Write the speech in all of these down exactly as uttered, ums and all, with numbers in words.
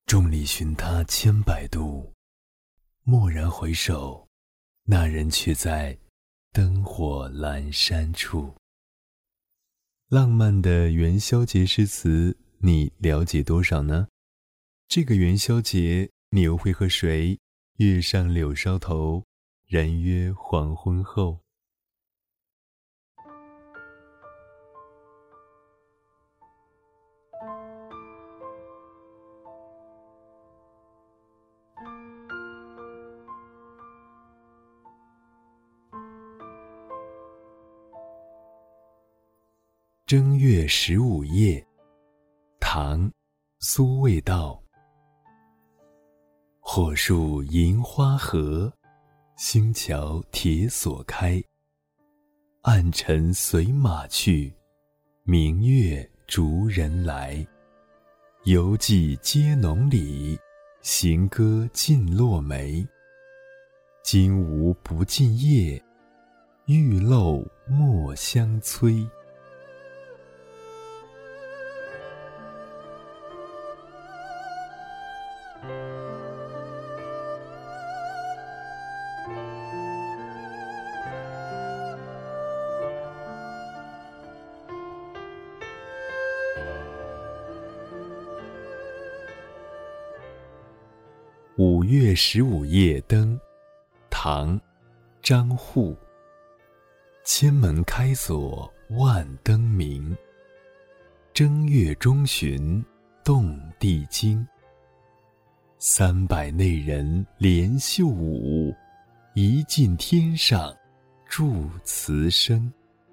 众里寻他千百度，蓦然回首，那人却在灯火阑珊处。浪漫的元宵节诗词，你了解多少呢？这个元宵节，你又会和谁月上柳梢头，人约黄昏后？正月十五夜，唐·苏味道。火树银花合，星桥铁锁开。暗尘随马去，明月逐人来。游记皆浓里，行歌尽落梅。金无不尽夜，玉漏莫相催。五月十五夜灯，唐·张祜。千门开锁万灯明，正月中旬动地惊。三百内人连袖舞，一进天上祝词声。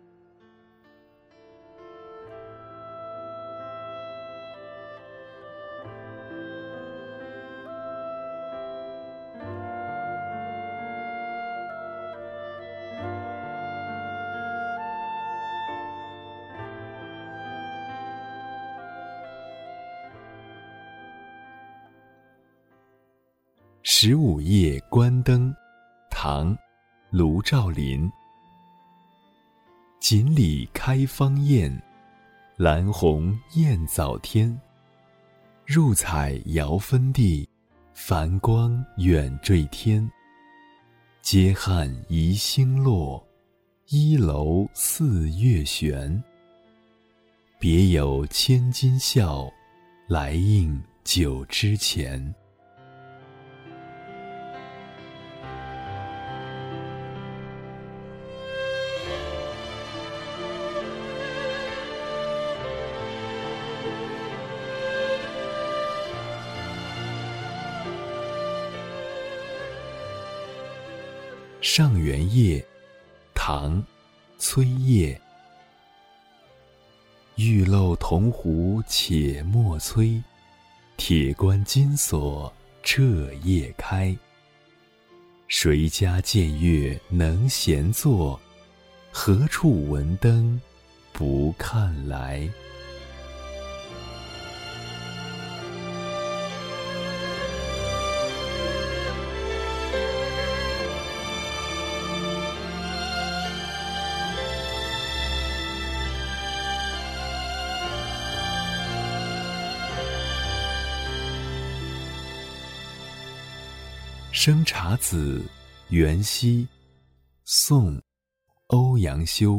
十五夜观灯，唐·卢照邻。锦里开芳艳，兰红艳早天。入彩遥分地，繁光远坠天。阶汉移星落，一楼四月悬。别有千金笑，来应酒之前。上元夜，唐·崔烨。玉漏铜壶且莫催，铁关金锁彻夜开。谁家见月能闲坐？何处闻灯不看来？生查子，元夕，宋·欧阳修。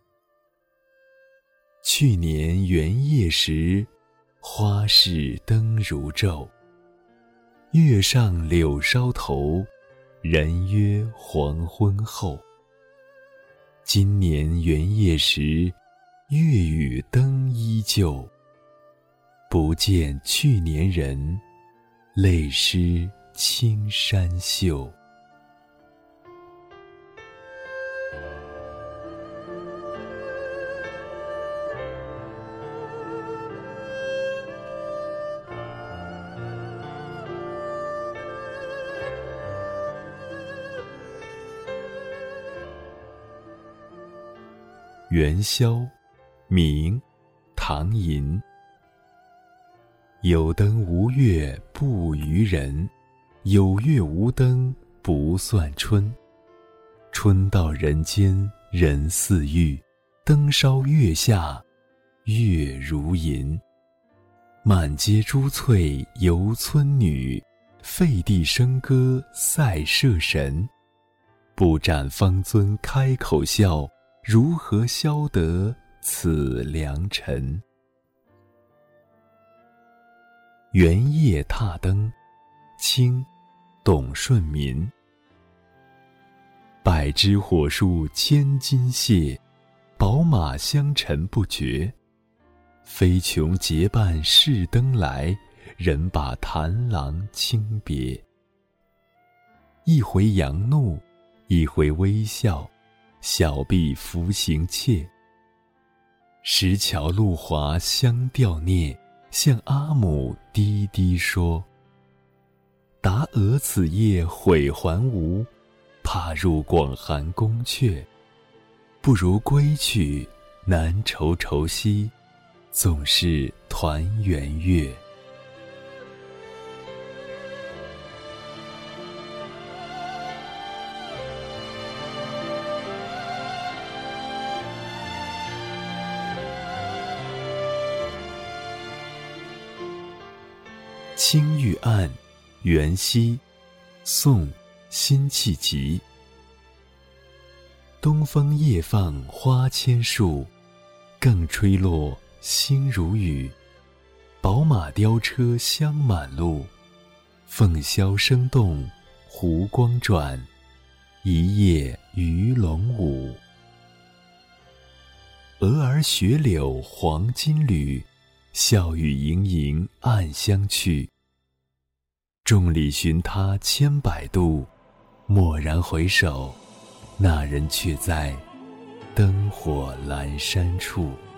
去年元夜时，花市灯如昼。月上柳梢头，人约黄昏后。今年元夜时，月与灯依旧。不见去年人，泪湿青山秀。元宵，明，唐寅。有灯无月不娱人，有月无灯不算春。春到人间人似玉，灯烧月下月如银。 满街珠翠游村女，废帝笙歌赛社神。不展方尊开口笑，如何消得此良辰？元夜踏灯，清，董顺民。百枝火树千金谢，宝马香尘不绝。飞琼结伴试灯来，人把檀郎轻别。一回扬怒，一回微笑，小婢扶行妾。石桥路滑香吊孽，向阿母低低说。答俄此夜悔还无，怕入广寒宫阙。不如归去，难酬酬兮，总是团圆月。青玉案，元夕，宋，辛弃疾。东风夜放花千树，更吹落星如雨。宝马雕车香满路，凤箫声动湖光转，一夜鱼龙舞。蛾儿雪柳黄金缕，笑语盈盈暗香去。众里寻他千百度，蓦然回首，那人却在灯火阑珊处。